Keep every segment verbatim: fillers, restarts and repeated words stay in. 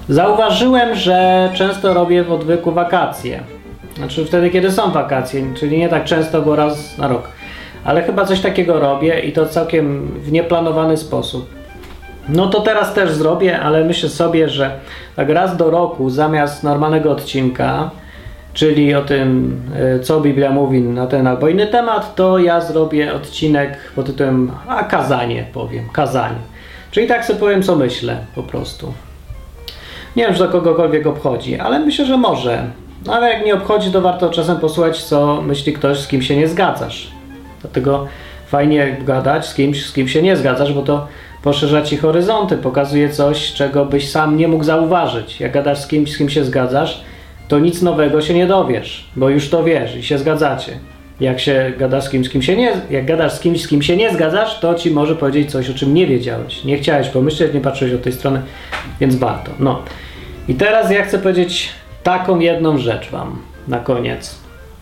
Zauważyłem, że często robię w odwyku wakacje. Znaczy wtedy, kiedy są wakacje, czyli nie tak często, bo raz na rok. Ale chyba coś takiego robię i to całkiem w nieplanowany sposób. No to teraz też zrobię, ale myślę sobie, że tak raz do roku zamiast normalnego odcinka, czyli o tym, co Biblia mówi na ten albo inny temat, to ja zrobię odcinek pod tytułem, a kazanie powiem, kazanie. Czyli tak sobie powiem, co myślę po prostu. Nie wiem, czy to kogokolwiek obchodzi, ale myślę, że może. No ale jak nie obchodzi, to warto czasem posłuchać, co myśli ktoś, z kim się nie zgadzasz. Dlatego fajnie gadać z kimś, z kim się nie zgadzasz, bo to poszerza ci horyzonty, pokazuje coś, czego byś sam nie mógł zauważyć. Jak gadasz z kimś, z kim się zgadzasz, to nic nowego się nie dowiesz, bo już to wiesz i się zgadzacie. Jak się gadasz z kimś, z kim się nie, jak gadasz z kimś, z kim się nie zgadzasz, to ci może powiedzieć coś, o czym nie wiedziałeś. Nie chciałeś pomyśleć, nie patrzyłeś od tej strony, więc warto. No. I teraz ja chcę powiedzieć taką jedną rzecz wam na koniec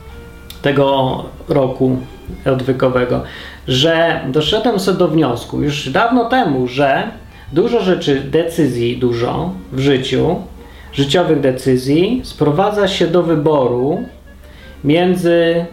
tego roku odwykowego, że doszedłem sobie do wniosku już dawno temu, że dużo rzeczy, decyzji dużo w życiu, życiowych decyzji sprowadza się do wyboru między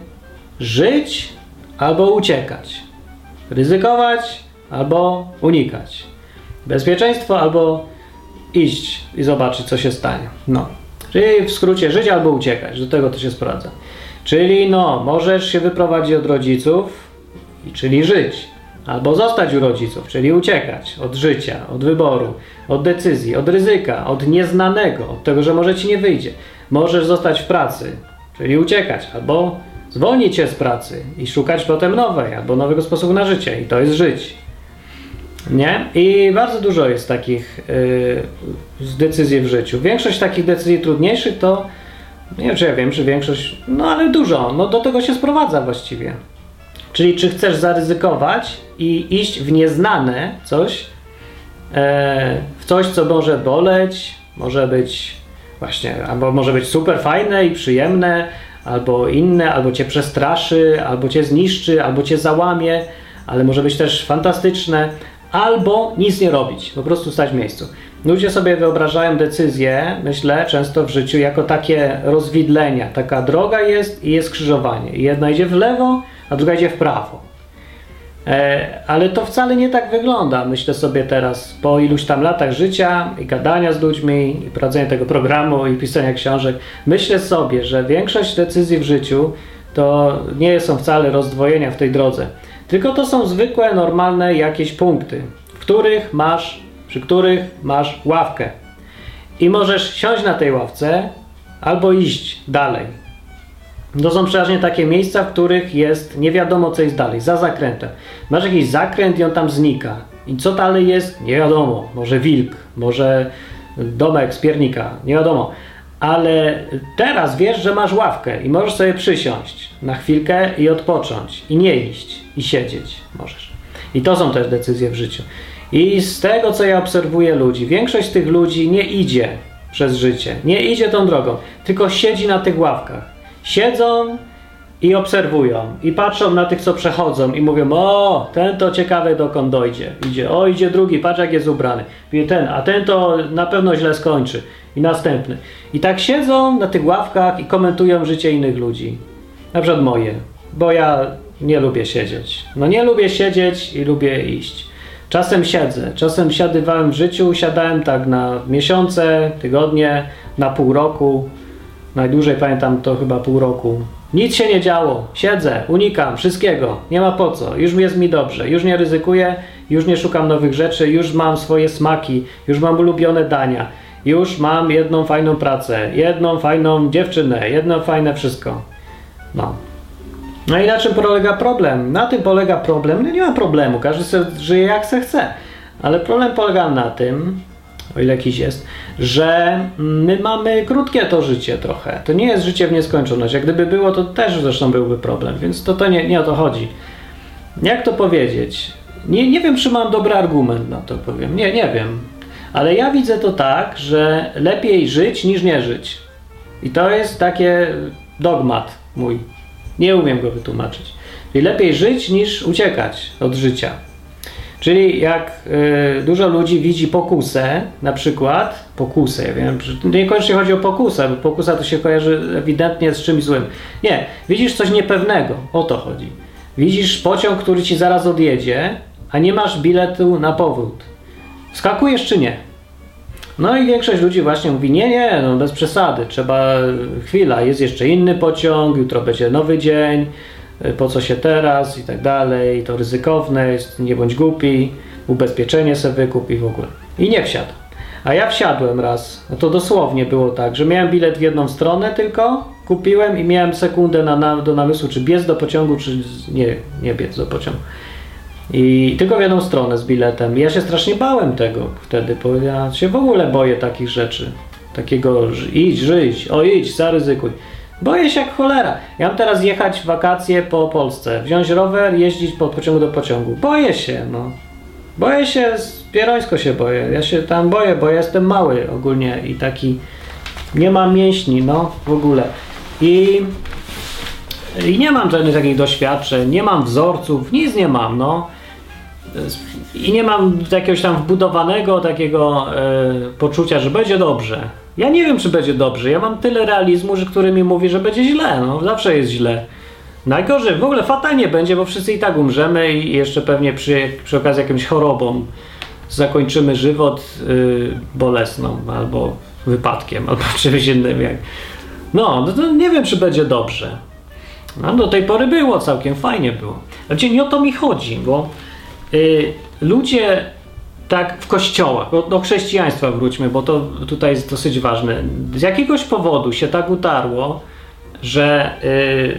żyć albo uciekać, ryzykować albo unikać, bezpieczeństwo albo iść i zobaczyć, co się stanie. No. Czyli w skrócie żyć albo uciekać, do tego to się sprowadza. Czyli no, możesz się wyprowadzić od rodziców, czyli żyć, albo zostać u rodziców, czyli uciekać od życia, od wyboru, od decyzji, od ryzyka, od nieznanego, od tego, że może ci nie wyjdzie. Możesz zostać w pracy, czyli uciekać, albo zwolnić się z pracy i szukać potem nowej, albo nowego sposobu na życie i to jest żyć. Nie? I bardzo dużo jest takich yy, decyzji w życiu. Większość takich decyzji trudniejszych to, nie wiem czy ja wiem, czy większość, no ale dużo, no do tego się sprowadza właściwie. Czyli czy chcesz zaryzykować i iść w nieznane coś, e, w coś, co może boleć, może być właśnie, albo może być super fajne i przyjemne, albo inne, albo cię przestraszy, albo cię zniszczy, albo cię załamie, ale może być też fantastyczne, albo nic nie robić, po prostu stać w miejscu. Ludzie sobie wyobrażają decyzje, myślę, często w życiu jako takie rozwidlenia. Taka droga jest i jest skrzyżowanie. I jedna idzie w lewo, a druga idzie w prawo. E, ale to wcale nie tak wygląda. Myślę sobie teraz, po iluś tam latach życia i gadania z ludźmi, i prowadzenia tego programu, i pisania książek, myślę sobie, że większość decyzji w życiu to nie są wcale rozdwojenia w tej drodze. Tylko to są zwykłe, normalne jakieś punkty, w których masz, przy których masz ławkę. I możesz siąść na tej ławce albo iść dalej. To są przeważnie takie miejsca, w których jest nie wiadomo, co jest dalej, za zakrętem. Masz jakiś zakręt i on tam znika. I co dalej jest? Nie wiadomo. Może wilk, może domek z piernika, nie wiadomo. Ale teraz wiesz, że masz ławkę i możesz sobie przysiąść na chwilkę i odpocząć. I nie iść. I siedzieć możesz. I to są też decyzje w życiu. I z tego, co ja obserwuję ludzi, większość z tych ludzi nie idzie przez życie. Nie idzie tą drogą, tylko siedzi na tych ławkach. Siedzą i obserwują. I patrzą na tych, co przechodzą i mówią, o, ten to ciekawe dokąd dojdzie. Idzie, o, idzie drugi, patrz jak jest ubrany. I ten, a ten to na pewno źle skończy. I następny. I tak siedzą na tych ławkach i komentują życie innych ludzi. Na przykład moje. Bo ja nie lubię siedzieć. No nie lubię siedzieć i lubię iść. Czasem siedzę. Czasem siadywałem w życiu. Siadałem tak na miesiące, tygodnie, na pół roku. Najdłużej pamiętam to chyba pół roku. Nic się nie działo. Siedzę, unikam wszystkiego. Nie ma po co. Już jest mi dobrze. Już nie ryzykuję. Już nie szukam nowych rzeczy. Już mam swoje smaki. Już mam ulubione dania. Już mam jedną fajną pracę. Jedną fajną dziewczynę. Jedno fajne wszystko. No. No i na czym polega problem? Na tym polega problem. No nie ma problemu. Każdy sobie żyje jak se chce. Ale problem polega na tym, o ile jakiś jest, że my mamy krótkie to życie trochę. To nie jest życie w nieskończoność. Jak gdyby było, to też zresztą byłby problem. Więc to, to nie, nie o to chodzi. Jak to powiedzieć? Nie, nie wiem, czy mam dobry argument na to powiem. Nie, nie wiem. Ale ja widzę to tak, że lepiej żyć niż nie żyć. I to jest takie dogmat mój. Nie umiem go wytłumaczyć. Czyli lepiej żyć niż uciekać od życia. Czyli jak y, dużo ludzi widzi pokusę, na przykład, pokusę, ja wiem, niekoniecznie chodzi o pokusę, bo pokusa to się kojarzy ewidentnie z czymś złym. Nie, widzisz coś niepewnego, o to chodzi. Widzisz pociąg, który ci zaraz odjedzie, a nie masz biletu na powrót. Wskakujesz czy nie? No i większość ludzi właśnie mówi, nie, nie, no bez przesady, trzeba, chwila, jest jeszcze inny pociąg, jutro będzie nowy dzień, po co się teraz i tak dalej, to ryzykowne jest, nie bądź głupi, ubezpieczenie sobie wykup i w ogóle. I nie wsiadł. A ja wsiadłem raz, no to dosłownie było tak, że miałem bilet w jedną stronę tylko, kupiłem i miałem sekundę na, na, do namysłu, czy biec do pociągu, czy nie, nie biec do pociągu. I tylko w jedną stronę z biletem. I ja się strasznie bałem tego wtedy, bo ja się w ogóle boję takich rzeczy. Takiego, że idź, żyć, o idź, zaryzykuj. Boję się jak cholera. Ja mam teraz jechać w wakacje po Polsce, wziąć rower, jeździć po pociągu do pociągu. Boję się, no. Boję się, pierońsko się boję. Ja się tam boję, bo ja jestem mały ogólnie i taki, nie mam mięśni, no, w ogóle. I, i nie mam żadnych takich doświadczeń, nie mam wzorców, nic nie mam, no. I nie mam jakiegoś tam wbudowanego takiego e, poczucia, że będzie dobrze. Ja nie wiem, czy będzie dobrze. Ja mam tyle realizmu, że który mi mówi, że będzie źle. No, zawsze jest źle. Najgorzej, w ogóle fatalnie będzie, bo wszyscy i tak umrzemy i jeszcze pewnie przy, przy okazji jakimś chorobą zakończymy żywot yy, bolesną albo wypadkiem, albo czymś innym. Jak... No, no to nie wiem, czy będzie dobrze. No, do tej pory było całkiem fajnie było. Znaczy, nie o to mi chodzi, bo yy, ludzie tak w kościołach, do, do chrześcijaństwa wróćmy, bo to tutaj jest dosyć ważne. Z jakiegoś powodu się tak utarło, że yy,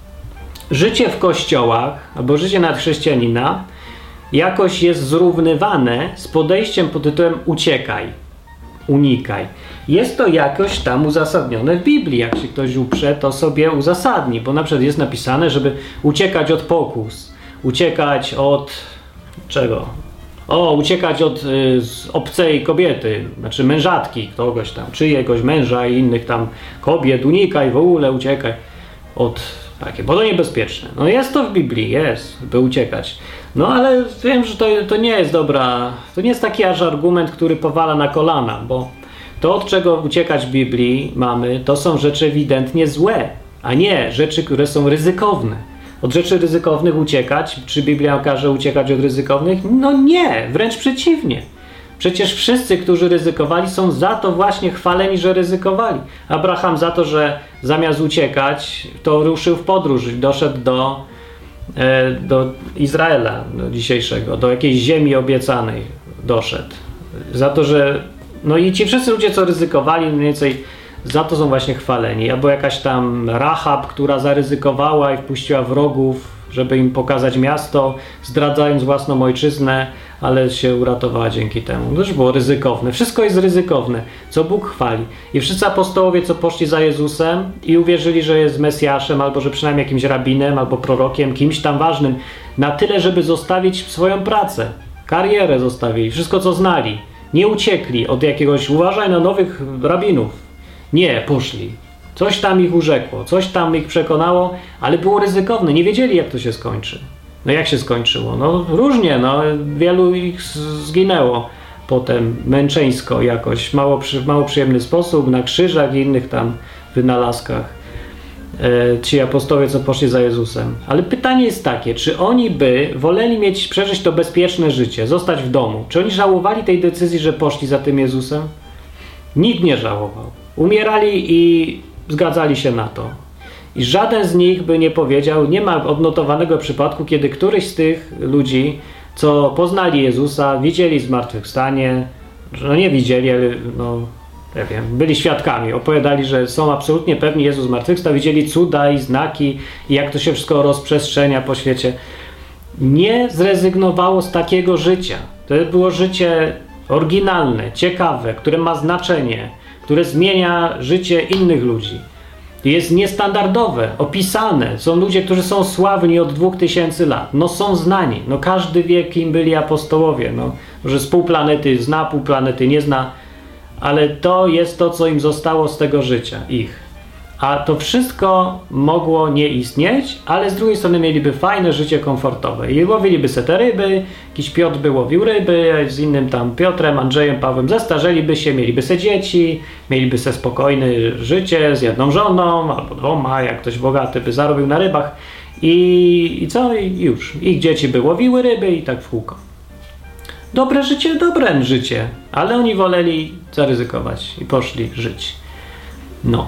życie w kościołach, albo życie nad chrześcijanina jakoś jest zrównywane z podejściem pod tytułem uciekaj, unikaj. Jest to jakoś tam uzasadnione w Biblii. Jak się ktoś uprze, to sobie uzasadni, bo na przykład jest napisane, żeby uciekać od pokus, uciekać od czego? O, uciekać od y, obcej kobiety, znaczy mężatki kogoś tam, czyjegoś męża i innych tam kobiet, unikaj, w ogóle uciekaj od takie, bo to niebezpieczne. No jest to w Biblii, jest, by uciekać. No ale wiem, że to, to nie jest dobra, to nie jest taki aż argument, który powala na kolana, bo to, od czego uciekać w Biblii mamy, to są rzeczy ewidentnie złe, a nie rzeczy, które są ryzykowne. Od rzeczy ryzykownych uciekać, czy Biblia każe uciekać od ryzykownych? No nie, wręcz przeciwnie. Przecież wszyscy, którzy ryzykowali, są za to właśnie chwaleni, że ryzykowali. Abraham za to, że zamiast uciekać, to ruszył w podróż i doszedł do, e, do Izraela, do dzisiejszego, do jakiejś ziemi obiecanej doszedł. Za to, że... No i ci wszyscy ludzie, co ryzykowali, mniej więcej za to są właśnie chwaleni. Albo jakaś tam Rahab, która zaryzykowała i wpuściła wrogów, żeby im pokazać miasto, zdradzając własną ojczyznę, ale się uratowała dzięki temu. To już było ryzykowne. Wszystko jest ryzykowne, co Bóg chwali. I wszyscy apostołowie, co poszli za Jezusem i uwierzyli, że jest Mesjaszem, albo że przynajmniej jakimś rabinem, albo prorokiem, kimś tam ważnym, na tyle, żeby zostawić swoją pracę, karierę zostawili, wszystko, co znali. Nie uciekli od jakiegoś, uważaj na nowych rabinów. Nie, poszli. Coś tam ich urzekło, coś tam ich przekonało, ale było ryzykowne. Nie wiedzieli, jak to się skończy. No jak się skończyło? No różnie, no wielu ich zginęło potem męczeńsko jakoś, mało, przy, mało przyjemny sposób, na krzyżach i innych tam wynalazkach. E, ci apostołowie, co poszli za Jezusem. Ale pytanie jest takie, czy oni by woleli mieć, przeżyć to bezpieczne życie, zostać w domu? Czy oni żałowali tej decyzji, że poszli za tym Jezusem? Nikt nie żałował. Umierali i zgadzali się na to. I żaden z nich by nie powiedział, nie ma odnotowanego przypadku, kiedy któryś z tych ludzi, co poznali Jezusa, widzieli zmartwychwstanie, no nie widzieli, ale no, nie wiem, byli świadkami, opowiadali, że są absolutnie pewni, Jezus zmartwychwstał, widzieli cuda i znaki i jak to się wszystko rozprzestrzenia po świecie. Nie zrezygnowało z takiego życia. To było życie oryginalne, ciekawe, które ma znaczenie, które zmienia życie innych ludzi. Jest niestandardowe, opisane. Są ludzie, którzy są sławni od dwóch tysięcy lat. No są znani. No każdy wie, kim byli apostołowie. No, że z pół planety zna, pół planety nie zna. Ale to jest to, co im zostało z tego życia, ich. a to wszystko mogło nie istnieć, ale z drugiej strony mieliby fajne życie komfortowe i łowiliby se te ryby, jakiś Piotr by łowił ryby, z innym tam Piotrem, Andrzejem, Pawłem zestarzeliby się, mieliby se dzieci, mieliby se spokojne życie z jedną żoną albo dwoma, jak ktoś bogaty by zarobił na rybach i, i co? I już. Ich dzieci by łowiły ryby i tak w kółko. Dobre życie, dobre życie, ale oni woleli zaryzykować i poszli żyć. No.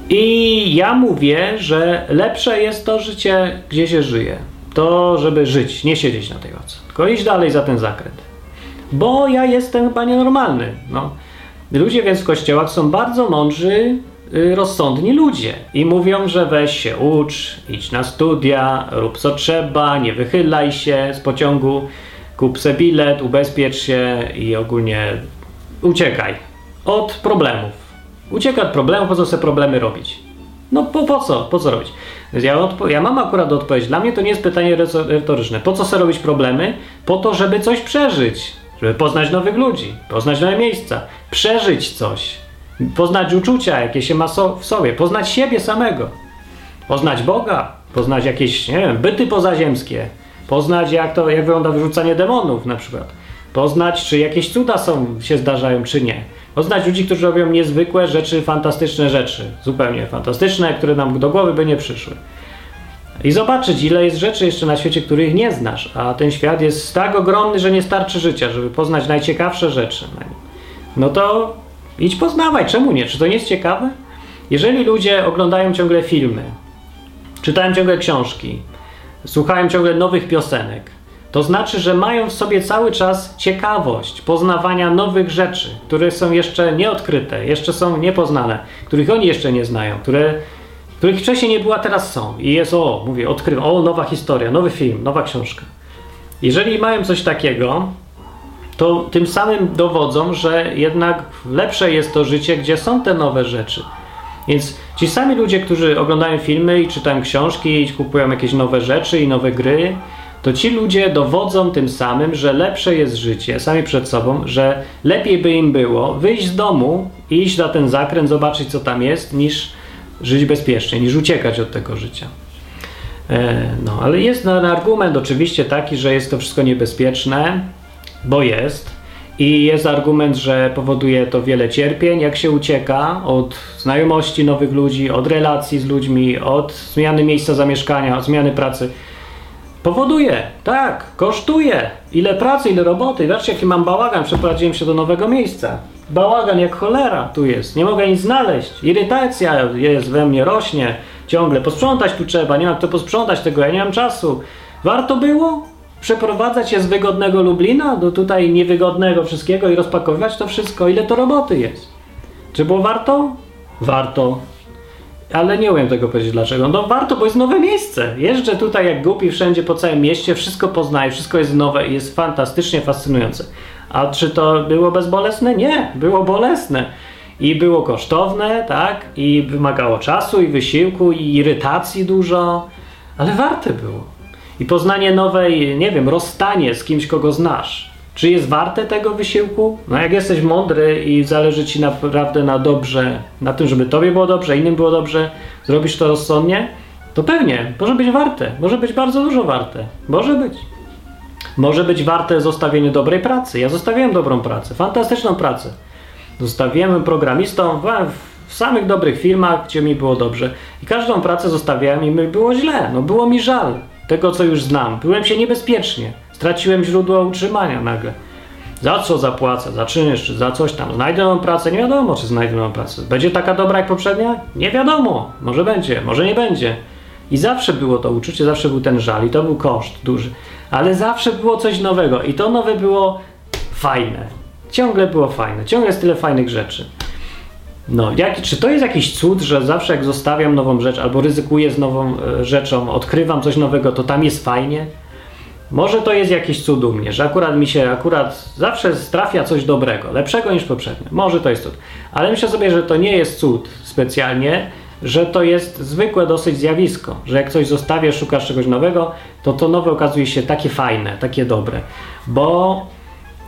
I ja mówię, że lepsze jest to życie, gdzie się żyje. To, żeby żyć, nie siedzieć na tej ławce. Tylko iść dalej za ten zakręt. Bo ja jestem chyba nienormalny. No. Ludzie więc w kościołach są bardzo mądrzy, yy, rozsądni ludzie. I mówią, że weź się ucz, idź na studia, rób co trzeba, nie wychylaj się z pociągu, kup se bilet, ubezpiecz się i ogólnie uciekaj od problemów. Uciekaj od problemów, po co sobie problemy robić? No po, po co? Po co robić? Ja, odpo- ja mam akurat odpowiedź. Dla mnie to nie jest pytanie retoryczne. Po co sobie robić problemy? Po to, żeby coś przeżyć. Żeby poznać nowych ludzi, poznać nowe miejsca, przeżyć coś. Poznać uczucia, jakie się ma so- w sobie. Poznać siebie samego. Poznać Boga. Poznać jakieś, nie wiem, byty pozaziemskie. Poznać, jak to, jak wygląda wyrzucanie demonów na przykład. Poznać, czy jakieś cuda są, się zdarzają, czy nie. Poznać ludzi, którzy robią niezwykłe rzeczy, fantastyczne rzeczy. Zupełnie fantastyczne, które nam do głowy by nie przyszły. I zobaczyć, ile jest rzeczy jeszcze na świecie, których nie znasz. A ten świat jest tak ogromny, że nie starczy życia, żeby poznać najciekawsze rzeczy na nim. No to idź poznawaj. Czemu nie? Czy to nie jest ciekawe? Jeżeli ludzie oglądają ciągle filmy, czytają ciągle książki, słuchają ciągle nowych piosenek, to znaczy, że mają w sobie cały czas ciekawość poznawania nowych rzeczy, które są jeszcze nieodkryte, jeszcze są niepoznane, których oni jeszcze nie znają, które, których wcześniej nie było, a teraz są. I jest, o, mówię, odkrywam, o, nowa historia, nowy film, nowa książka. Jeżeli mają coś takiego, to tym samym dowodzą, że jednak lepsze jest to życie, gdzie są te nowe rzeczy. Więc ci sami ludzie, którzy oglądają filmy i czytają książki i kupują jakieś nowe rzeczy i nowe gry, to ci ludzie dowodzą tym samym, że lepsze jest życie, sami przed sobą, że lepiej by im było wyjść z domu, iść na ten zakręt, zobaczyć co tam jest, niż żyć bezpiecznie, niż uciekać od tego życia. E, no, ale jest ten argument oczywiście taki, że jest to wszystko niebezpieczne, bo jest. I jest argument, że powoduje to wiele cierpień, jak się ucieka od znajomości nowych ludzi, od relacji z ludźmi, od zmiany miejsca zamieszkania, od zmiany pracy. Powoduje, tak, kosztuje. Ile pracy, ile roboty. Zobaczcie, jaki mam bałagan, przeprowadziłem się do nowego miejsca. Bałagan jak cholera tu jest, nie mogę nic znaleźć. Irytacja jest we mnie, rośnie ciągle. Posprzątać tu trzeba, nie mam kto posprzątać tego, ja nie mam czasu. Warto było przeprowadzać się z wygodnego Lublina do tutaj niewygodnego wszystkiego i rozpakowywać to wszystko? Ile to roboty jest? Czy było warto? Warto. Ale nie umiem tego powiedzieć dlaczego. No warto, bo jest nowe miejsce. Jeżdżę tutaj jak głupi wszędzie po całym mieście, wszystko poznaję, wszystko jest nowe i jest fantastycznie fascynujące. A czy to było bezbolesne? Nie, było bolesne. I było kosztowne, tak? I wymagało czasu i wysiłku i irytacji dużo, ale warte było. I poznanie nowej, nie wiem, rozstanie z kimś, kogo znasz. Czy jest warte tego wysiłku? No jak jesteś mądry i zależy ci naprawdę na dobrze, na tym, żeby tobie było dobrze, innym było dobrze, zrobisz to rozsądnie, to pewnie, może być warte, może być bardzo dużo warte, może być. Może być warte zostawienie dobrej pracy. Ja zostawiłem dobrą pracę, fantastyczną pracę. Zostawiłem programistą w, w samych dobrych firmach, gdzie mi było dobrze. I każdą pracę zostawiałem i mi było źle, no było mi żal tego, co już znam. Byłem się niebezpiecznie. Straciłem źródło utrzymania nagle. Za co zapłacę? Za czynsz, czy za coś tam? Znajdę nową pracę? Nie wiadomo, czy znajdę nową pracę. Będzie taka dobra jak poprzednia? Nie wiadomo. Może będzie, może nie będzie. I zawsze było to uczucie, zawsze był ten żal i to był koszt duży. Ale zawsze było coś nowego i to nowe było fajne. Ciągle było fajne. Ciągle jest tyle fajnych rzeczy. No, jak, czy to jest jakiś cud, że zawsze jak zostawiam nową rzecz albo ryzykuję z nową e, rzeczą, odkrywam coś nowego, to tam jest fajnie? Może to jest jakiś cud u mnie, że akurat mi się, akurat zawsze trafia coś dobrego, lepszego niż poprzednio. Może to jest cud. Ale myślę sobie, że to nie jest cud specjalnie, że to jest zwykłe dosyć zjawisko, że jak coś zostawiasz, szukasz czegoś nowego, to to nowe okazuje się takie fajne, takie dobre. Bo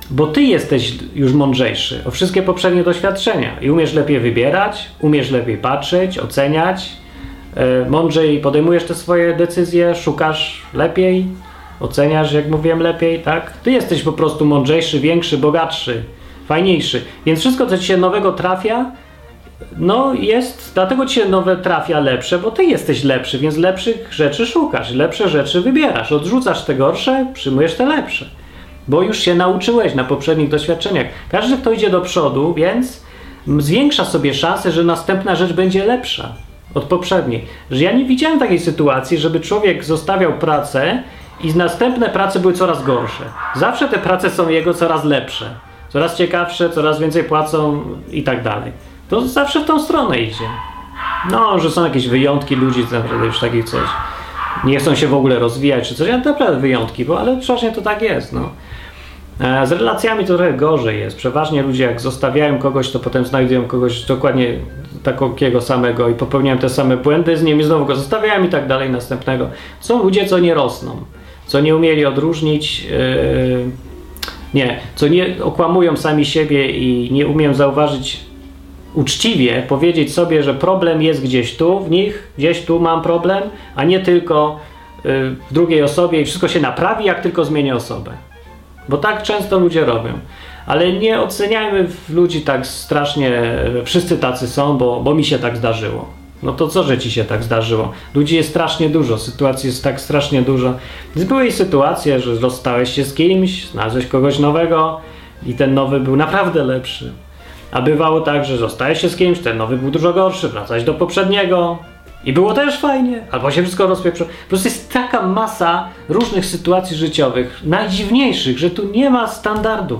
Bo ty jesteś już mądrzejszy o wszystkie poprzednie doświadczenia i umiesz lepiej wybierać, umiesz lepiej patrzeć, oceniać, yy, mądrzej podejmujesz te swoje decyzje, szukasz lepiej, oceniasz, jak mówiłem, lepiej, tak? Ty jesteś po prostu mądrzejszy, większy, bogatszy, fajniejszy. Więc wszystko, co ci się nowego trafia, no jest, dlatego ci się nowe trafia lepsze, bo ty jesteś lepszy, więc lepszych rzeczy szukasz, lepsze rzeczy wybierasz, odrzucasz te gorsze, przyjmujesz te lepsze. Bo już się nauczyłeś na poprzednich doświadczeniach. Każdy, kto idzie do przodu, więc zwiększa sobie szansę, że następna rzecz będzie lepsza od poprzedniej. Że ja nie widziałem takiej sytuacji, żeby człowiek zostawiał pracę i następne prace były coraz gorsze. Zawsze te prace są jego coraz lepsze, coraz ciekawsze, coraz więcej płacą i tak dalej. To zawsze w tą stronę idzie. No, że są jakieś wyjątki ludzi, naprawdę już takich coś. Nie chcą się w ogóle rozwijać czy coś, ale naprawdę wyjątki, bo ale przeważnie to tak jest, no. Z relacjami to trochę gorzej jest. Przeważnie ludzie jak zostawiają kogoś, to potem znajdują kogoś dokładnie takiego samego i popełniają te same błędy z nim i znowu go zostawiają i tak dalej następnego. Są ludzie, co nie rosną, co nie umieli odróżnić, yy, nie, co nie okłamują sami siebie i nie umieją zauważyć uczciwie, powiedzieć sobie, że problem jest gdzieś tu, w nich, gdzieś tu mam problem, a nie tylko yy, w drugiej osobie i wszystko się naprawi, jak tylko zmienię osobę. Bo tak często ludzie robią. Ale nie oceniajmy ludzi tak strasznie, wszyscy tacy są, bo, bo mi się tak zdarzyło. No to co, że ci się tak zdarzyło? Ludzi jest strasznie dużo, sytuacji jest tak strasznie dużo. Więc były sytuacje, że rozstałeś się z kimś, znalazłeś kogoś nowego i ten nowy był naprawdę lepszy. A bywało tak, że rozstałeś się z kimś, ten nowy był dużo gorszy, wracałeś do poprzedniego i było też fajnie, albo się wszystko rozpieprzyło. Po prostu jest taka masa różnych sytuacji życiowych, najdziwniejszych, że tu nie ma standardów.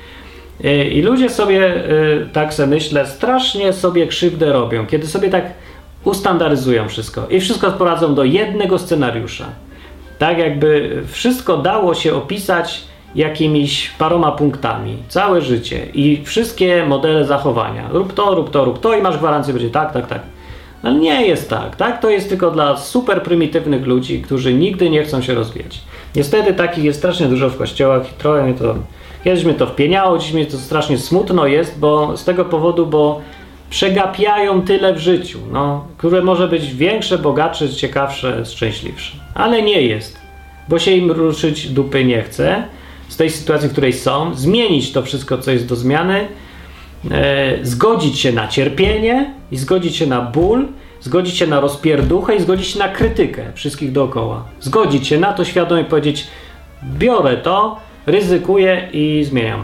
I ludzie sobie, tak sobie myślę, strasznie sobie krzywdę robią, kiedy sobie tak ustandaryzują wszystko i wszystko sprowadzą do jednego scenariusza. Tak jakby wszystko dało się opisać jakimiś paroma punktami, całe życie i wszystkie modele zachowania. Rób to, rób to, rób to i masz gwarancję, będzie tak, tak, tak. Ale nie jest tak, tak? To jest tylko dla super prymitywnych ludzi, którzy nigdy nie chcą się rozwijać. Niestety takich jest strasznie dużo w kościołach i trochę mnie to, kiedyś mnie to wpieniało, dziś mnie to strasznie smutno jest, bo z tego powodu, bo przegapiają tyle w życiu, no, które może być większe, bogatsze, ciekawsze, szczęśliwsze. Ale nie jest, bo się im ruszyć dupy nie chce z tej sytuacji, w której są, zmienić to wszystko, co jest do zmiany, e, zgodzić się na cierpienie i zgodzić się na ból, zgodzić się na rozpierduchę i zgodzić się na krytykę wszystkich dookoła. Zgodzić się na to świadomie powiedzieć, biorę to, ryzykuję i zmieniam.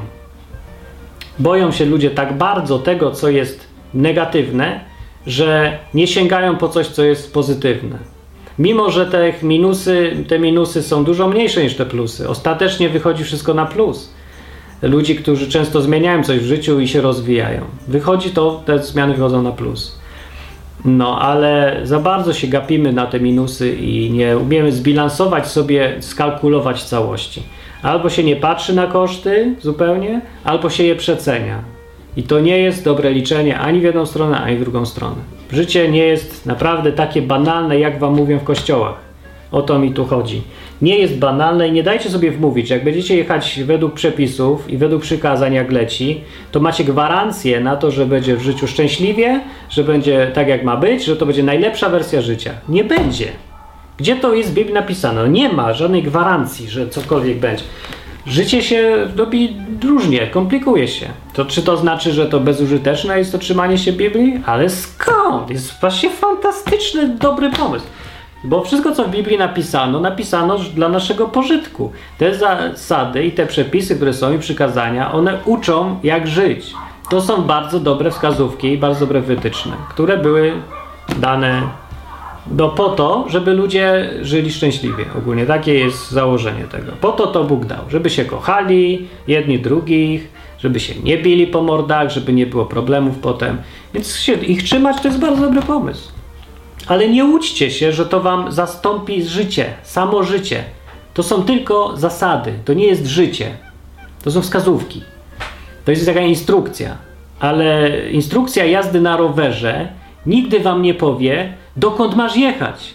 Boją się ludzie tak bardzo tego, co jest negatywne, że nie sięgają po coś, co jest pozytywne. Mimo że te minusy, te minusy są dużo mniejsze niż te plusy. Ostatecznie wychodzi wszystko na plus. Ludzi, którzy często zmieniają coś w życiu i się rozwijają. Wychodzi to, te zmiany wychodzą na plus. No, ale za bardzo się gapimy na te minusy i nie umiemy zbilansować sobie, skalkulować całości. Albo się nie patrzy na koszty zupełnie, albo się je przecenia. I to nie jest dobre liczenie ani w jedną stronę, ani w drugą stronę. Życie nie jest naprawdę takie banalne, jak wam mówią w kościołach. O to mi tu chodzi. Nie jest banalne i nie dajcie sobie wmówić, że jak będziecie jechać według przepisów i według przykazań jak leci, to macie gwarancję na to, że będzie w życiu szczęśliwie, że będzie tak jak ma być, że to będzie najlepsza wersja życia. Nie będzie. Gdzie to jest w Biblii napisane? Nie ma żadnej gwarancji, że cokolwiek będzie. Życie się robi różnie, komplikuje się. To czy to znaczy, że to bezużyteczne jest to trzymanie się Biblii? Ale skąd? Jest właśnie fantastyczny, dobry pomysł. Bo wszystko, co w Biblii napisano, napisano dla naszego pożytku. Te zasady i te przepisy, które są i przykazania, one uczą, jak żyć. To są bardzo dobre wskazówki i bardzo dobre wytyczne, które były dane do, po to, żeby ludzie żyli szczęśliwie. Ogólnie takie jest założenie tego. Po to to Bóg dał, żeby się kochali jedni drugich, żeby się nie bili po mordach, żeby nie było problemów potem. Więc się ich trzymać to jest bardzo dobry pomysł. Ale nie łudźcie się, że to wam zastąpi życie, samo życie. To są tylko zasady, to nie jest życie. To są wskazówki. To jest taka instrukcja. Ale instrukcja jazdy na rowerze nigdy wam nie powie, dokąd masz jechać.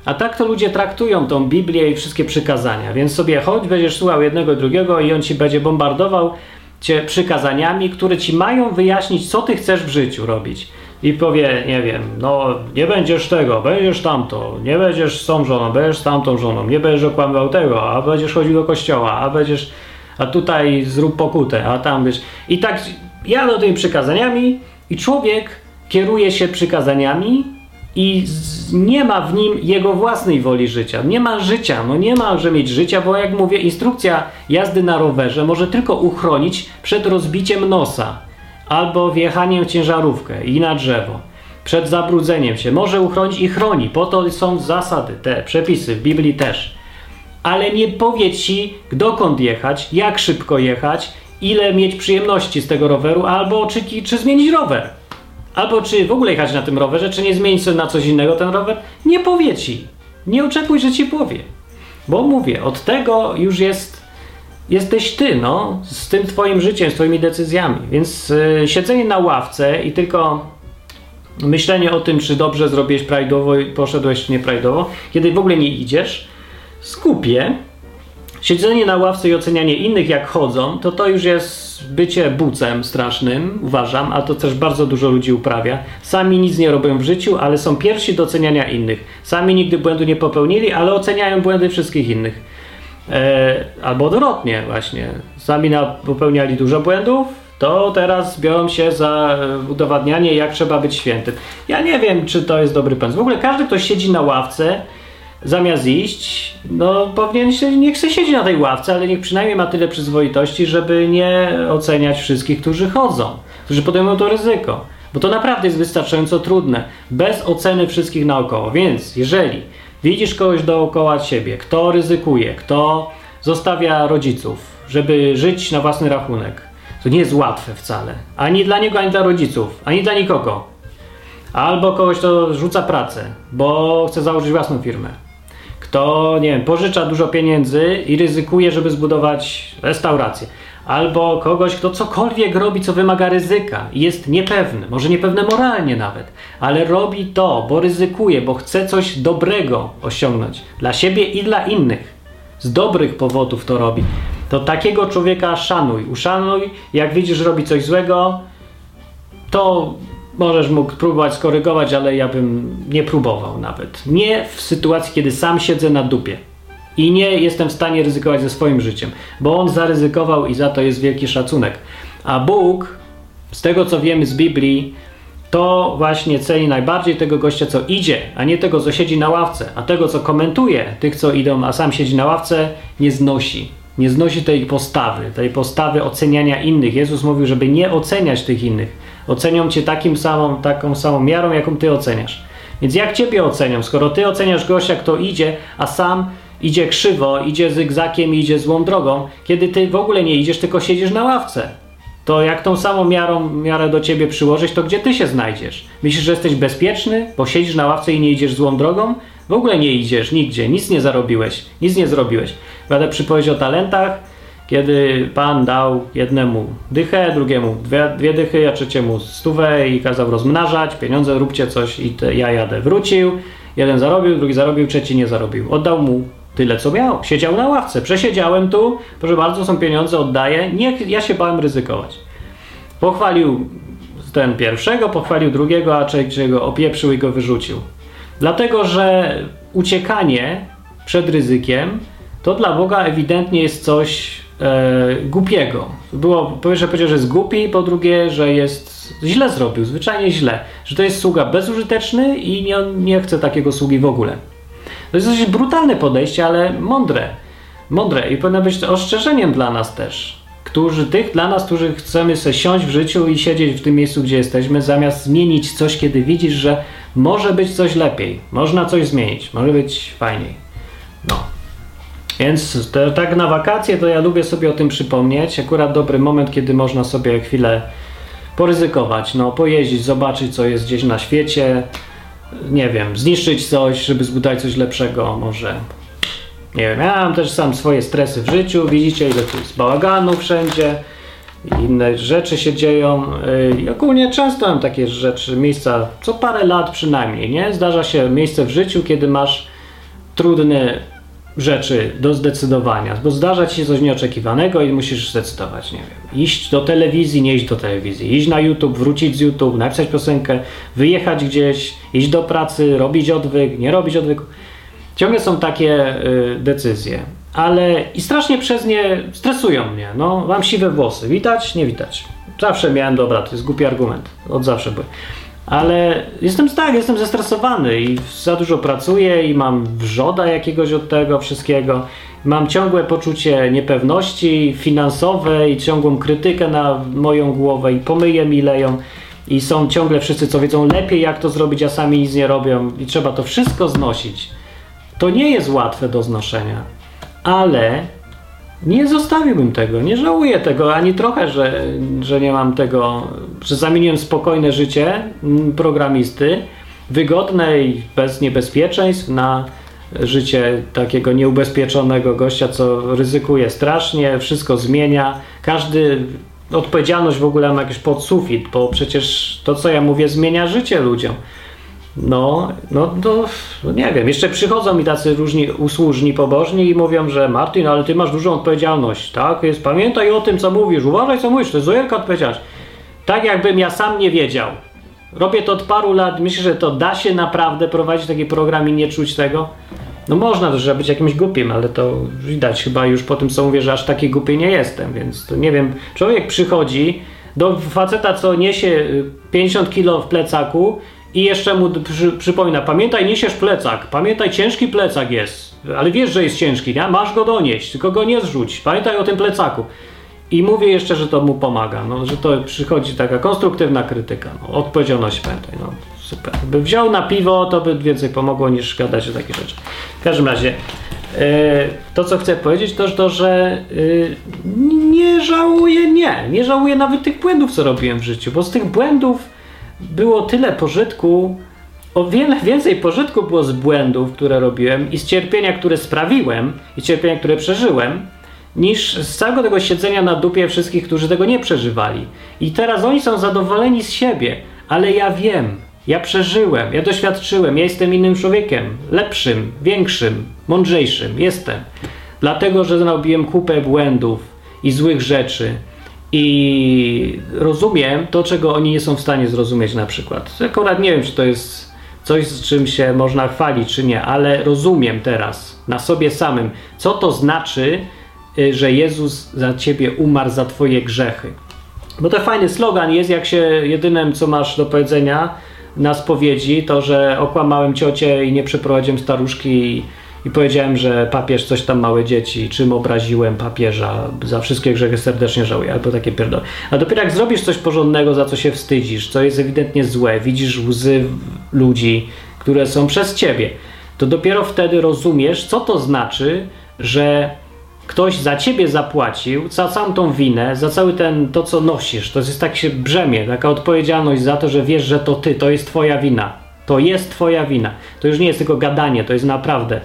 A tak to ludzie traktują tą Biblię i wszystkie przykazania. Więc sobie chodź, będziesz słuchał jednego, drugiego i on ci będzie bombardował cię przykazaniami, które ci mają wyjaśnić, co ty chcesz w życiu robić. I powie, nie wiem, no nie będziesz tego, będziesz tamto, nie będziesz z tą żoną, będziesz z tamtą żoną, nie będziesz okłamywał tego, a będziesz chodził do kościoła, a będziesz, a tutaj zrób pokutę, a tam wiesz. I tak jadą tymi przykazaniami i człowiek kieruje się przykazaniami i z, nie ma w nim jego własnej woli życia. Nie ma życia, no nie ma, że mieć życia, bo jak mówię, instrukcja jazdy na rowerze może tylko uchronić przed rozbiciem nosa albo wjechaniem w ciężarówkę i na drzewo. Przed zabrudzeniem się może uchronić i chroni. Po to są zasady, te przepisy, w Biblii też. Ale nie powie ci, dokąd jechać, jak szybko jechać, ile mieć przyjemności z tego roweru, albo czy, czy zmienić rower. Albo czy w ogóle jechać na tym rowerze, czy nie zmienić sobie na coś innego ten rower. Nie powie ci. Nie oczekuj, że ci powie. Bo mówię, od tego już jest... Jesteś ty, no, z tym twoim życiem, z twoimi decyzjami. Więc yy, siedzenie na ławce i tylko myślenie o tym, czy dobrze zrobiłeś prawidłowo i poszedłeś czy nieprawidłowo, kiedy w ogóle nie idziesz, skupie. Siedzenie na ławce i ocenianie innych, jak chodzą, to to już jest bycie bucem strasznym, uważam, a to też bardzo dużo ludzi uprawia. Sami nic nie robią w życiu, ale są pierwsi do oceniania innych. Sami nigdy błędu nie popełnili, ale oceniają błędy wszystkich innych. E, albo odwrotnie właśnie. Sami na, popełniali dużo błędów, to teraz biorą się za udowadnianie, jak trzeba być świętym. Ja nie wiem, czy to jest dobry pomysł. W ogóle każdy, kto siedzi na ławce, zamiast iść, no powinien się, niech się siedzi na tej ławce, ale niech przynajmniej ma tyle przyzwoitości, żeby nie oceniać wszystkich, którzy chodzą, którzy podejmują to ryzyko. Bo to naprawdę jest wystarczająco trudne, bez oceny wszystkich naokoło. Więc jeżeli widzisz kogoś dookoła siebie, kto ryzykuje, kto zostawia rodziców, żeby żyć na własny rachunek, to nie jest łatwe wcale. Ani dla niego, ani dla rodziców, ani dla nikogo. Albo kogoś, kto rzuca pracę, bo chce założyć własną firmę. Kto, nie wiem, pożycza dużo pieniędzy i ryzykuje, żeby zbudować restaurację. Albo kogoś, kto cokolwiek robi, co wymaga ryzyka i jest niepewny, może niepewny moralnie nawet, ale robi to, bo ryzykuje, bo chce coś dobrego osiągnąć dla siebie i dla innych. Z dobrych powodów to robi. To takiego człowieka szanuj, uszanuj. Jak widzisz, że robi coś złego, to możesz mógł próbować skorygować, ale ja bym nie próbował nawet. Nie w sytuacji, kiedy sam siedzę na dupie. I nie jestem w stanie ryzykować ze swoim życiem, bo on zaryzykował i za to jest wielki szacunek. A Bóg, z tego co wiemy z Biblii, to właśnie ceni najbardziej tego gościa, co idzie, a nie tego, co siedzi na ławce. A tego, co komentuje tych, co idą, a sam siedzi na ławce, nie znosi. Nie znosi tej postawy, tej postawy oceniania innych. Jezus mówił, żeby nie oceniać tych innych. Ocenią cię takim samą, taką samą miarą, jaką ty oceniasz. Więc jak ciebie ocenią? Skoro ty oceniasz gościa, kto idzie, a sam idzie krzywo, idzie zygzakiem i idzie złą drogą, kiedy ty w ogóle nie idziesz, tylko siedzisz na ławce, to jak tą samą miarą, miarę do ciebie przyłożyć, to gdzie ty się znajdziesz? Myślisz, że jesteś bezpieczny, bo siedzisz na ławce i nie idziesz złą drogą? W ogóle nie idziesz nigdzie, nic nie zarobiłeś, nic nie zrobiłeś. Będę przypowieść o talentach, kiedy Pan dał jednemu dychę, drugiemu dwie, dwie dychy, a trzeciemu stówę i kazał rozmnażać, pieniądze, róbcie coś i te, ja jadę. Wrócił, jeden zarobił, drugi zarobił, trzeci nie zarobił. Oddał mu tyle, co miał. Siedział na ławce. Przesiedziałem tu, proszę bardzo, są pieniądze, oddaję. Nie, ja się bałem ryzykować. Pochwalił ten pierwszego, pochwalił drugiego, a trzeciego opieprzył i go wyrzucił. Dlatego, że uciekanie przed ryzykiem to dla Boga ewidentnie jest coś e, głupiego. Było, po pierwsze powiedział, że jest głupi, po drugie, że jest źle zrobił, zwyczajnie źle. Że to jest sługa bezużyteczny i nie, nie chce takiego sługi w ogóle. To jest dość brutalne podejście, ale mądre. Mądre i powinno być ostrzeżeniem dla nas też. Którzy, tych dla nas, którzy chcemy sobie siąść w życiu i siedzieć w tym miejscu, gdzie jesteśmy, zamiast zmienić coś, kiedy widzisz, że może być coś lepiej. Można coś zmienić. Może być fajniej. No. Więc to, tak na wakacje to ja lubię sobie o tym przypomnieć. Akurat dobry moment, kiedy można sobie chwilę poryzykować. No, pojeździć, zobaczyć, co jest gdzieś na świecie. Nie wiem, zniszczyć coś, żeby zbudować coś lepszego, może. Nie wiem, ja mam też sam swoje stresy w życiu, widzicie, ile tu jest bałaganu wszędzie, inne rzeczy się dzieją i ogólnie często mam takie rzeczy, miejsca, co parę lat przynajmniej, nie? Zdarza się miejsce w życiu, kiedy masz trudne rzeczy do zdecydowania, bo zdarza ci się coś nieoczekiwanego i musisz zdecydować, nie wiem, iść do telewizji, nie iść do telewizji, iść na YouTube, wrócić z YouTube, napisać piosenkę, wyjechać gdzieś, iść do pracy, robić odwyk, nie robić odwyku. Ciągle są takie y, decyzje, ale i strasznie przez nie stresują mnie. No, mam siwe włosy, widać, nie widać. Zawsze miałem, dobra, to jest głupi argument, od zawsze były. Ale jestem tak, jestem zestresowany i za dużo pracuję i mam wrzoda jakiegoś od tego wszystkiego. Mam ciągłe poczucie niepewności finansowej i ciągłą krytykę na moją głowę i pomyje mi leją i są ciągle wszyscy, co wiedzą lepiej jak to zrobić, a sami nic nie robią i trzeba to wszystko znosić. To nie jest łatwe do znoszenia, ale nie zostawiłbym tego, nie żałuję tego ani trochę, że, że nie mam tego, że zamieniłem spokojne życie programisty, wygodne i bez niebezpieczeństw, na życie takiego nieubezpieczonego gościa, co ryzykuje strasznie, wszystko zmienia, każdy, odpowiedzialność w ogóle ma jakiś podsufit, bo przecież to, co ja mówię, zmienia życie ludziom. No, no to no nie wiem, jeszcze przychodzą mi tacy różni usłużni, pobożni i mówią, że Martin, ale ty masz dużą odpowiedzialność, tak? Jest, pamiętaj o tym, co mówisz, uważaj, co mówisz, to jest wielka odpowiedzialność. Tak jakbym ja sam nie wiedział. Robię to od paru lat, myślę, że to da się naprawdę prowadzić taki program i nie czuć tego. No można to, żeby być jakimś głupim, ale to widać chyba już po tym, co mówię, że aż taki głupi nie jestem, więc to nie wiem, człowiek przychodzi do faceta, co niesie pięćdziesiąt kilo w plecaku, i jeszcze mu przy, przypomina, pamiętaj, niesiesz plecak, pamiętaj, ciężki plecak jest, ale wiesz, że jest ciężki, nie? Masz go donieść, tylko go nie zrzuć, pamiętaj o tym plecaku. I mówię jeszcze, że to mu pomaga, no, że to przychodzi taka konstruktywna krytyka, no, odpowiedzialność, pamiętaj, no super. By wziął na piwo, to by więcej pomogło niż gadać o takich rzeczy. W każdym razie, yy, to co chcę powiedzieć, to, to że yy, nie żałuję, nie, nie żałuję nawet tych błędów, co robiłem w życiu, bo z tych błędów było tyle pożytku, o wiele więcej pożytku było z błędów, które robiłem i z cierpienia, które sprawiłem i cierpienia, które przeżyłem, niż z całego tego siedzenia na dupie wszystkich, którzy tego nie przeżywali. I teraz oni są zadowoleni z siebie, ale ja wiem, ja przeżyłem, ja doświadczyłem, ja jestem innym człowiekiem, lepszym, większym, mądrzejszym, jestem. Dlatego, że zrobiłem kupę błędów i złych rzeczy. I rozumiem to, czego oni nie są w stanie zrozumieć na przykład. Akurat nie wiem, czy to jest coś, z czym się można chwalić, czy nie, ale rozumiem teraz na sobie samym, co to znaczy, że Jezus za ciebie umarł za twoje grzechy. Bo to fajny slogan jest, jak się jedynym, co masz do powiedzenia na spowiedzi, to, że okłamałem ciocię i nie przeprowadziłem staruszki i I powiedziałem, że papież coś tam małe dzieci, czym obraziłem papieża, za wszystkie grzechy serdecznie żałuję, albo takie pierdoły. A dopiero jak zrobisz coś porządnego, za co się wstydzisz, co jest ewidentnie złe, widzisz łzy ludzi, które są przez ciebie, to dopiero wtedy rozumiesz, co to znaczy, że ktoś za ciebie zapłacił, za całą tą winę, za cały ten, to co nosisz. To jest takie brzemię, taka odpowiedzialność za to, że wiesz, że to ty, to jest twoja wina. To jest twoja wina. To już nie jest tylko gadanie, to jest naprawdę.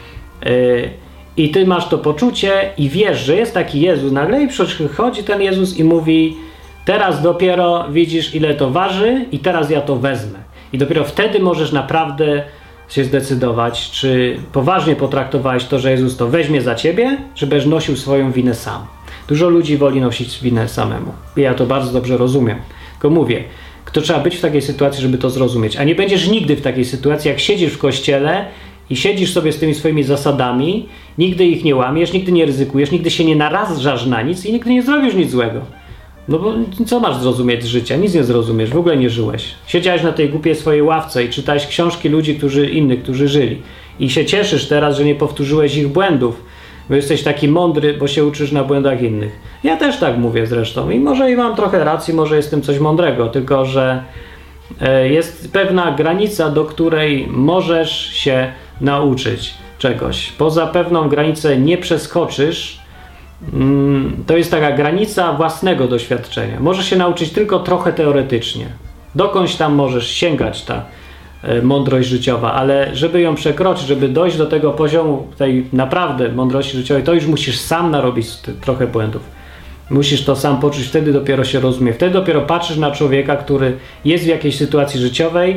I ty masz to poczucie i wiesz, że jest taki Jezus nagle i przychodzi ten Jezus i mówi, teraz dopiero widzisz, ile to waży i teraz ja to wezmę. I dopiero wtedy możesz naprawdę się zdecydować, czy poważnie potraktowałeś to, że Jezus to weźmie za ciebie, czy będziesz nosił swoją winę sam. Dużo ludzi woli nosić winę samemu. I ja to bardzo dobrze rozumiem. Tylko mówię, to trzeba być w takiej sytuacji, żeby to zrozumieć. A nie będziesz nigdy w takiej sytuacji, jak siedzisz w kościele i siedzisz sobie z tymi swoimi zasadami, nigdy ich nie łamiesz, nigdy nie ryzykujesz, nigdy się nie narażasz na nic i nigdy nie zrobisz nic złego. No bo co masz zrozumieć z życia? Nic nie zrozumiesz, w ogóle nie żyłeś. Siedziałeś na tej głupiej swojej ławce i czytałeś książki ludzi, którzy innych, którzy żyli. I się cieszysz teraz, że nie powtórzyłeś ich błędów, bo jesteś taki mądry, bo się uczysz na błędach innych. Ja też tak mówię zresztą i może i mam trochę racji, może jest w tym coś mądrego, tylko że jest pewna granica, do której możesz się nauczyć czegoś. Poza pewną granicę nie przeskoczysz. To jest taka granica własnego doświadczenia. Możesz się nauczyć tylko trochę teoretycznie. Dokądś tam możesz sięgać ta mądrość życiowa, ale żeby ją przekroczyć, żeby dojść do tego poziomu tej naprawdę mądrości życiowej, to już musisz sam narobić trochę błędów. Musisz to sam poczuć, wtedy dopiero się rozumie. Wtedy dopiero patrzysz na człowieka, który jest w jakiejś sytuacji życiowej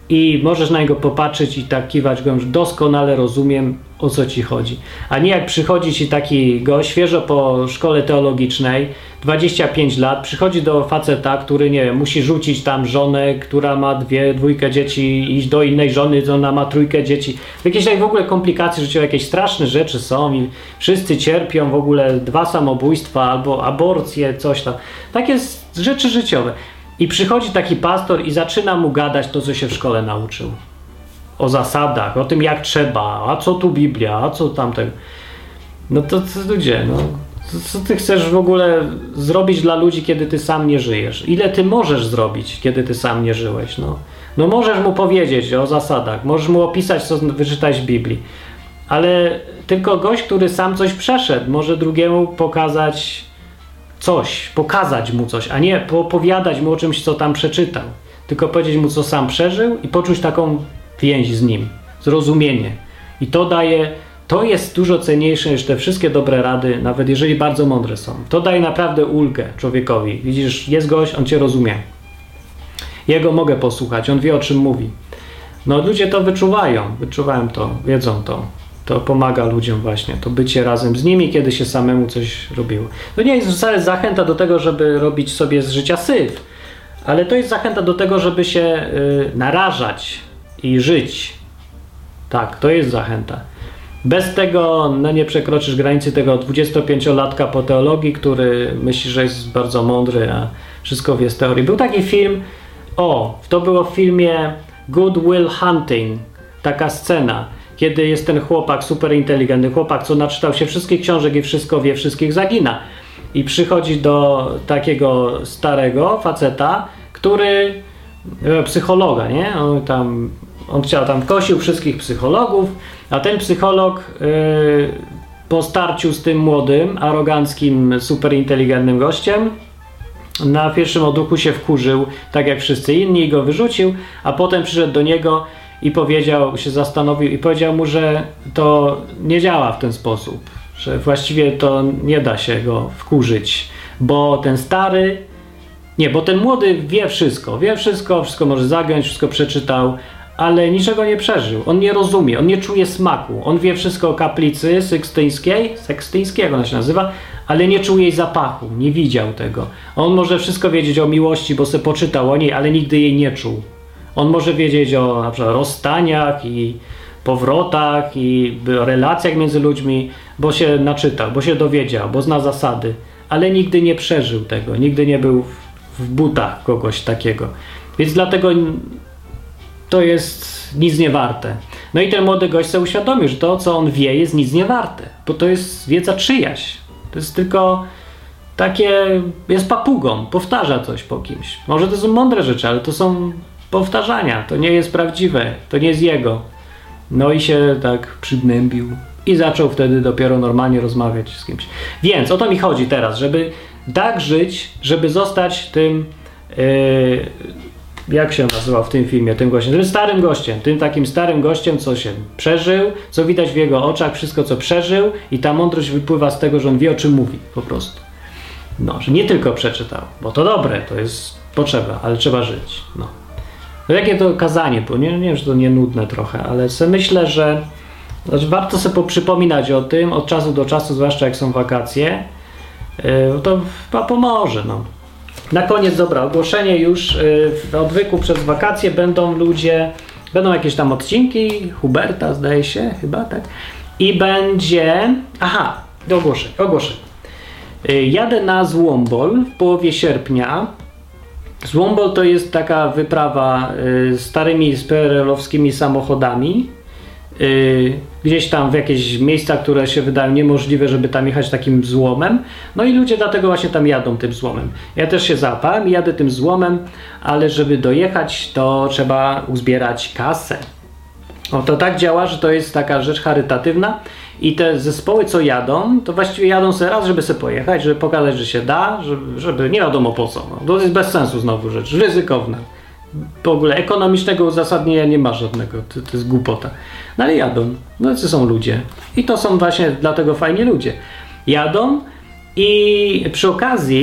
i możesz na niego popatrzeć i tak kiwać go, że doskonale rozumiem, o co ci chodzi. A nie jak przychodzi ci taki gość, świeżo po szkole teologicznej, dwadzieścia pięć lat, przychodzi do faceta, który, nie wiem, musi rzucić tam żonę, która ma dwie, dwójkę dzieci, iść do innej żony, ona ma trójkę dzieci. Jakieś tak w ogóle komplikacje życiowe, jakieś straszne rzeczy są i wszyscy cierpią, w ogóle dwa samobójstwa albo aborcje, coś tam. Takie rzeczy życiowe. I przychodzi taki pastor i zaczyna mu gadać to, co się w szkole nauczył. O zasadach, o tym, jak trzeba, a co tu Biblia, a co tamtego. No to, to ludzie, no. Co ty chcesz w ogóle zrobić dla ludzi, kiedy ty sam nie żyjesz? Ile ty możesz zrobić, kiedy ty sam nie żyłeś? No, no możesz mu powiedzieć o zasadach, możesz mu opisać, co wyczytałeś w Biblii. Ale tylko gość, który sam coś przeszedł, może drugiemu pokazać coś, pokazać mu coś, a nie opowiadać mu o czymś, co tam przeczytał. Tylko powiedzieć mu, co sam przeżył i poczuć taką więź z nim, zrozumienie. I to daje, to jest dużo cenniejsze niż te wszystkie dobre rady, nawet jeżeli bardzo mądre są. To daje naprawdę ulgę człowiekowi. Widzisz, jest gość, on cię rozumie. Jego mogę posłuchać, on wie, o czym mówi. No ludzie to wyczuwają, wyczuwają to, wiedzą to. To pomaga ludziom właśnie, to bycie razem z nimi, kiedy się samemu coś robiło. To nie jest wcale zachęta do tego, żeby robić sobie z życia syf, ale to jest zachęta do tego, żeby się y, narażać i żyć. Tak, to jest zachęta. Bez tego no, nie przekroczysz granicy tego dwudziestopięciolatka po teologii, który myśli, że jest bardzo mądry, a wszystko wie z teorii. Był taki film, o, to było w filmie Good Will Hunting, taka scena, kiedy jest ten chłopak, super inteligentny chłopak, co naczytał się wszystkich książek i wszystko wie, wszystkich zagina. I przychodzi do takiego starego faceta, który, psychologa, nie? On tam, on chciał tam, kosił wszystkich psychologów, a ten psycholog yy, po starciu z tym młodym, aroganckim, super inteligentnym gościem, na pierwszym oduchu się wkurzył, tak jak wszyscy inni, i go wyrzucił, a potem przyszedł do niego i powiedział, się zastanowił i powiedział mu, że to nie działa w ten sposób, że właściwie to nie da się go wkurzyć, bo ten stary, nie, bo ten młody wie wszystko, wie wszystko, wszystko może zagiąć, wszystko przeczytał, ale niczego nie przeżył, on nie rozumie, on nie czuje smaku, on wie wszystko o kaplicy sykstyńskiej, sekstyńskiej, jak ona się nazywa, ale nie czuje jej zapachu, nie widział tego. On może wszystko wiedzieć o miłości, bo se poczytał o niej, ale nigdy jej nie czuł. On może wiedzieć o na przykład rozstaniach i powrotach i relacjach między ludźmi, bo się naczytał, bo się dowiedział, bo zna zasady, ale nigdy nie przeżył tego, nigdy nie był w butach kogoś takiego. Więc dlatego to jest nic nie warte. No i ten młody gość sobie uświadomił, że to, co on wie, jest nic nie warte, bo to jest wiedza czyjaś. To jest tylko takie, jest papugą, powtarza coś po kimś. Może to są mądre rzeczy, ale to są powtarzania, to nie jest prawdziwe, to nie jest jego. No i się tak przygnębił i zaczął wtedy dopiero normalnie rozmawiać z kimś. Więc o to mi chodzi teraz, żeby tak żyć, żeby zostać tym, yy, jak się nazywał w tym filmie, tym gościem, tym starym gościem, tym takim starym gościem, co się przeżył, co widać w jego oczach, wszystko co przeżył i ta mądrość wypływa z tego, że on wie, o czym mówi po prostu. No, że nie tylko przeczytał, bo to dobre, to jest potrzeba, ale trzeba żyć. No. No jakie to kazanie było? Nie, nie wiem, że to nie nudne trochę, ale sobie myślę, że znaczy warto sobie poprzypominać o tym od czasu do czasu, zwłaszcza jak są wakacje. Yy, to chyba pomoże. No. Na koniec, dobra, ogłoszenie już yy, w odwyku przez wakacje będą ludzie, będą jakieś tam odcinki, Huberta zdaje się, chyba, tak? I będzie, aha, do ogłoszeń, ogłoszeń. Yy, jadę na Złombol w połowie sierpnia. Złombol to jest taka wyprawa y, starymi P R L-owskimi samochodami, y, gdzieś tam w jakieś miejsca, które się wydają niemożliwe, żeby tam jechać takim złomem. No i ludzie dlatego właśnie tam jadą tym złomem. Ja też się załapałem i jadę tym złomem, ale żeby dojechać, to trzeba uzbierać kasę. O, to tak działa, że to jest taka rzecz charytatywna i te zespoły, co jadą, to właściwie jadą sobie raz, żeby sobie pojechać, żeby pokazać, że się da, żeby, żeby nie wiadomo po co. No. To jest bez sensu znowu rzecz, ryzykowna. W ogóle ekonomicznego uzasadnienia nie ma żadnego, to, to jest głupota. No ale jadą, no to są ludzie. I to są właśnie dlatego fajni ludzie. Jadą i przy okazji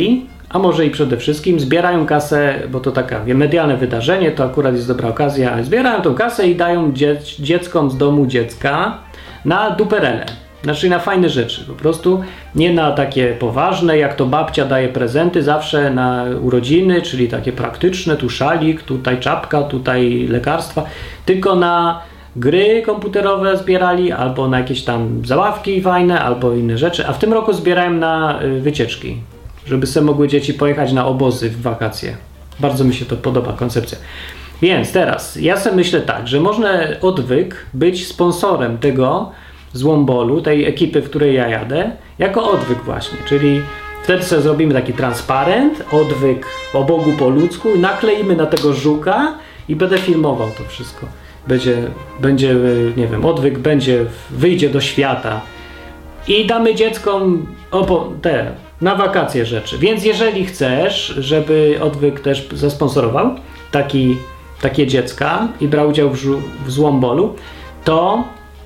a może i przede wszystkim zbierają kasę, bo to taka wie, medialne wydarzenie, to akurat jest dobra okazja, ale zbierają tą kasę i dają dziec, dzieckom z domu dziecka na duperele. Znaczy na fajne rzeczy, po prostu nie na takie poważne, jak to babcia daje prezenty zawsze na urodziny, czyli takie praktyczne, tu szalik, tutaj czapka, tutaj lekarstwa, tylko na gry komputerowe zbierali, albo na jakieś tam zabawki fajne, albo inne rzeczy, a w tym roku zbierałem na wycieczki, żeby sobie mogły dzieci pojechać na obozy w wakacje. Bardzo mi się to podoba, koncepcja. Więc teraz, ja sobie myślę tak, że można odwyk być sponsorem tego Złombolu, tej ekipy, w której ja jadę, jako odwyk właśnie, czyli wtedy sobie zrobimy taki transparent, odwyk o Bogu po ludzku, nakleimy na tego żuka i będę filmował to wszystko. Będzie, będzie, nie wiem, odwyk będzie, wyjdzie do świata i damy dzieckom opo, te, na wakacje rzeczy. Więc jeżeli chcesz, żeby odwyk też zasponsorował taki, takie dziecka i brał udział w, w Złombolu, to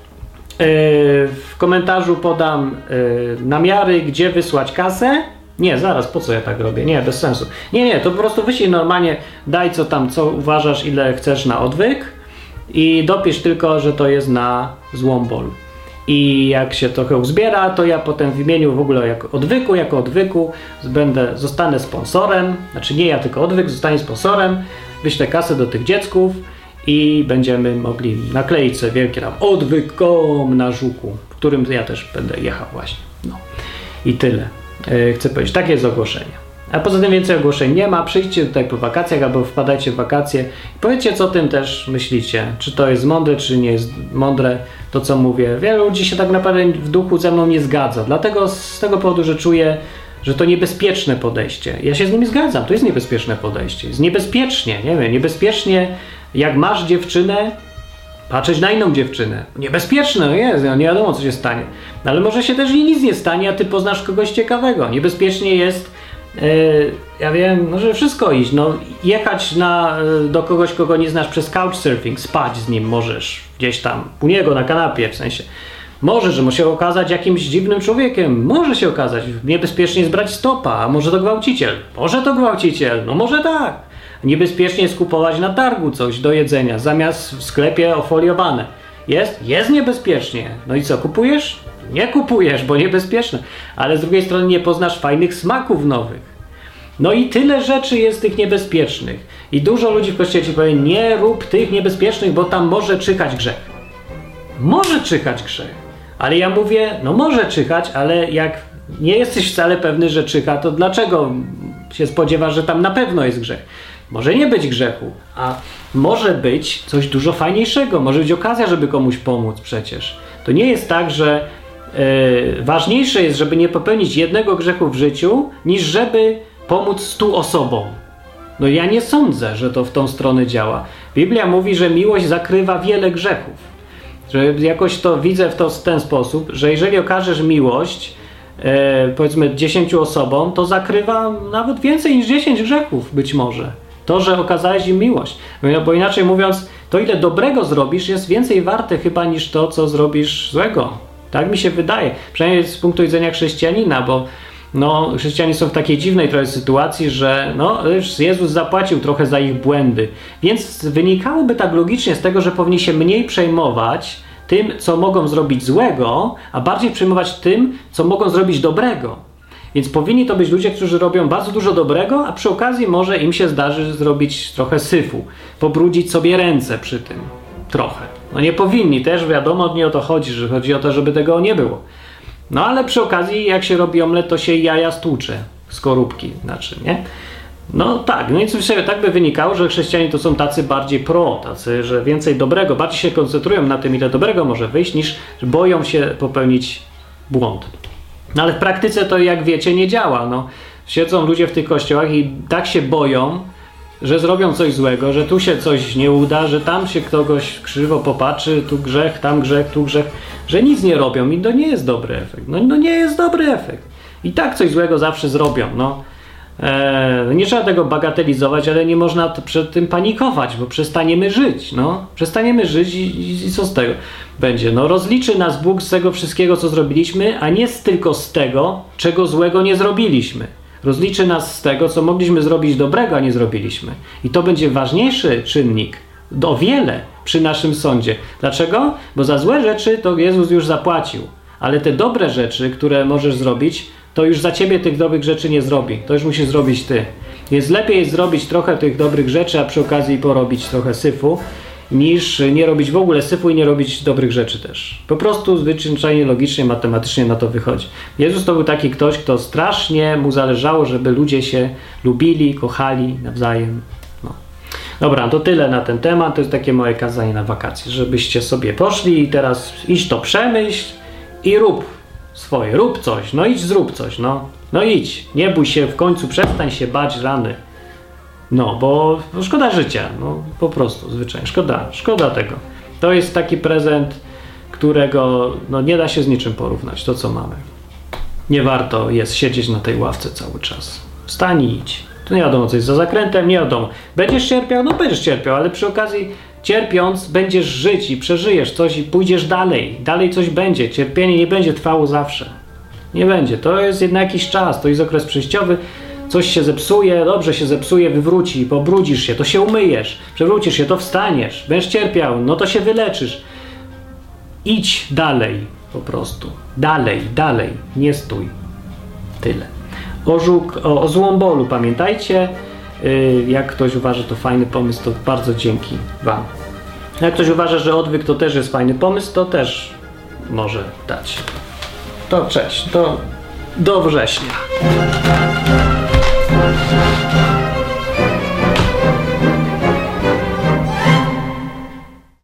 w komentarzu podam namiary, gdzie wysłać kasę. Nie, zaraz, po co ja tak robię? Nie, bez sensu. Nie, nie, to po prostu wyślij normalnie, daj co tam, co uważasz, ile chcesz na odwyk i dopisz tylko, że to jest na Złombol. I jak się trochę uzbiera, to ja potem w imieniu w ogóle jako odwyku, jako odwyku będę, zostanę sponsorem, znaczy nie ja, tylko odwyk zostanie sponsorem, wyślę kasę do tych dziecków i będziemy mogli nakleić sobie wielkie tam odwykom na żuku, w którym ja też będę jechał właśnie. No i tyle. Yy, chcę powiedzieć, takie jest ogłoszenie. A poza tym więcej ogłoszeń nie ma. Przyjdźcie tutaj po wakacjach albo wpadajcie w wakacje i powiedzcie, co o tym też myślicie. Czy to jest mądre, czy nie jest mądre to, co mówię. Wielu ludzi się tak naprawdę w duchu ze mną nie zgadza. Dlatego z tego powodu, że czuję, że to niebezpieczne podejście. Ja się z nimi zgadzam. To jest niebezpieczne podejście. Jest niebezpiecznie, nie wiem, niebezpiecznie. Jak masz dziewczynę, patrzeć na inną dziewczynę. Niebezpieczne, no jest, no nie wiadomo, co się stanie. No ale może się też i nic nie stanie, a ty poznasz kogoś ciekawego. Niebezpiecznie jest, yy, ja wiem, może wszystko iść, no jechać na, yy, do kogoś, kogo nie znasz przez couchsurfing, spać z nim możesz, gdzieś tam, u niego na kanapie, w sensie. Może, że może się okazać jakimś dziwnym człowiekiem, może się okazać, niebezpiecznie jest brać stopa, a może to gwałciciel, może to gwałciciel, no może tak. Niebezpiecznie jest kupować na targu coś do jedzenia, zamiast w sklepie ofoliowane. Jest? Jest niebezpiecznie. No i co, kupujesz? Nie kupujesz, bo niebezpieczne. Ale z drugiej strony nie poznasz fajnych smaków nowych. No i tyle rzeczy jest tych niebezpiecznych. I dużo ludzi w kościele ci powie, nie rób tych niebezpiecznych, bo tam może czyhać grzech. Może czyhać grzech. Ale ja mówię, no może czyhać, ale jak nie jesteś wcale pewny, że czyha, to dlaczego się spodziewasz, że tam na pewno jest grzech? Może nie być grzechu, a może być coś dużo fajniejszego, może być okazja, żeby komuś pomóc przecież. To nie jest tak, że yy, ważniejsze jest, żeby nie popełnić jednego grzechu w życiu, niż żeby pomóc stu osobom. No ja nie sądzę, że to w tą stronę działa. Biblia mówi, że miłość zakrywa wiele grzechów. Że jakoś to widzę w, to, w ten sposób, że jeżeli okażesz miłość, yy, powiedzmy dziesięciu osobom, to zakrywa nawet więcej niż dziesięć grzechów być może. To, że okazałeś im miłość. Bo inaczej mówiąc, to ile dobrego zrobisz jest więcej warte chyba niż to, co zrobisz złego. Tak mi się wydaje. Przynajmniej z punktu widzenia chrześcijanina, bo no, chrześcijanie są w takiej dziwnej trochę sytuacji, że no, już Jezus zapłacił trochę za ich błędy. Więc wynikałoby tak logicznie z tego, że powinni się mniej przejmować tym, co mogą zrobić złego, a bardziej przejmować tym, co mogą zrobić dobrego. Więc powinni to być ludzie, którzy robią bardzo dużo dobrego, a przy okazji może im się zdarzy zrobić trochę syfu, pobrudzić sobie ręce przy tym. Trochę. No nie powinni też, wiadomo, nie o to chodzi, że chodzi o to, żeby tego nie było. No ale przy okazji, jak się robi omlet, to się jaja stłucze. Skorupki, znaczy, nie? No tak, no i sobie tak by wynikało, że chrześcijanie to są tacy bardziej pro, tacy, że więcej dobrego, bardziej się koncentrują na tym, ile dobrego może wyjść, niż boją się popełnić błąd. No ale w praktyce to, jak wiecie, nie działa. No, siedzą ludzie w tych kościołach i tak się boją, że zrobią coś złego, że tu się coś nie uda, że tam się kogoś krzywo popatrzy, tu grzech, tam grzech, tu grzech, że nic nie robią i to nie jest dobry efekt. No, no nie jest dobry efekt. I tak coś złego zawsze zrobią. No. Eee, nie trzeba tego bagatelizować, ale nie można t- przed tym panikować, bo przestaniemy żyć. No. Przestaniemy żyć i, i, i co z tego będzie? No, rozliczy nas Bóg z tego wszystkiego, co zrobiliśmy, a nie z, tylko z tego, czego złego nie zrobiliśmy. Rozliczy nas z tego, co mogliśmy zrobić dobrego, a nie zrobiliśmy. I to będzie ważniejszy czynnik, o wiele, przy naszym sądzie. Dlaczego? Bo za złe rzeczy to Jezus już zapłacił. Ale te dobre rzeczy, które możesz zrobić, to już za ciebie tych dobrych rzeczy nie zrobi. To już musisz zrobić ty. Więc lepiej jest zrobić trochę tych dobrych rzeczy, a przy okazji porobić trochę syfu, niż nie robić w ogóle syfu i nie robić dobrych rzeczy też. Po prostu zwyczajnie, logicznie, matematycznie na to wychodzi. Jezus to był taki ktoś, kto strasznie mu zależało, żeby ludzie się lubili, kochali nawzajem. No. Dobra, to tyle na ten temat. To jest takie moje kazanie na wakacje, żebyście sobie poszli i teraz idź to przemyśl i rób swoje, rób coś, no idź zrób coś, no. No idź, nie bój się, w końcu przestań się bać rany. No, bo no, szkoda życia, no po prostu, zwyczajnie, szkoda, szkoda tego. To jest taki prezent, którego no, nie da się z niczym porównać, to co mamy. Nie warto jest siedzieć na tej ławce cały czas. Wstań i idź. To nie wiadomo, co jest za zakrętem, nie wiadomo. Będziesz cierpiał? No będziesz cierpiał, ale przy okazji cierpiąc będziesz żyć i przeżyjesz coś i pójdziesz dalej. Dalej coś będzie. Cierpienie nie będzie trwało zawsze. Nie będzie. To jest jednak jakiś czas, to jest okres przejściowy. Coś się zepsuje, dobrze się zepsuje, wywróci, pobrudzisz się, to się umyjesz, przewrócisz się, to wstaniesz, będziesz cierpiał, no to się wyleczysz. Idź dalej, po prostu. Dalej, dalej, nie stój. Tyle. O, żuk, o, o złą bolu pamiętajcie. Yy, jak ktoś uważa, to fajny pomysł, to bardzo dzięki wam. Jak ktoś uważa, że odwyk to też jest fajny pomysł, to też może dać. To cześć, to do września.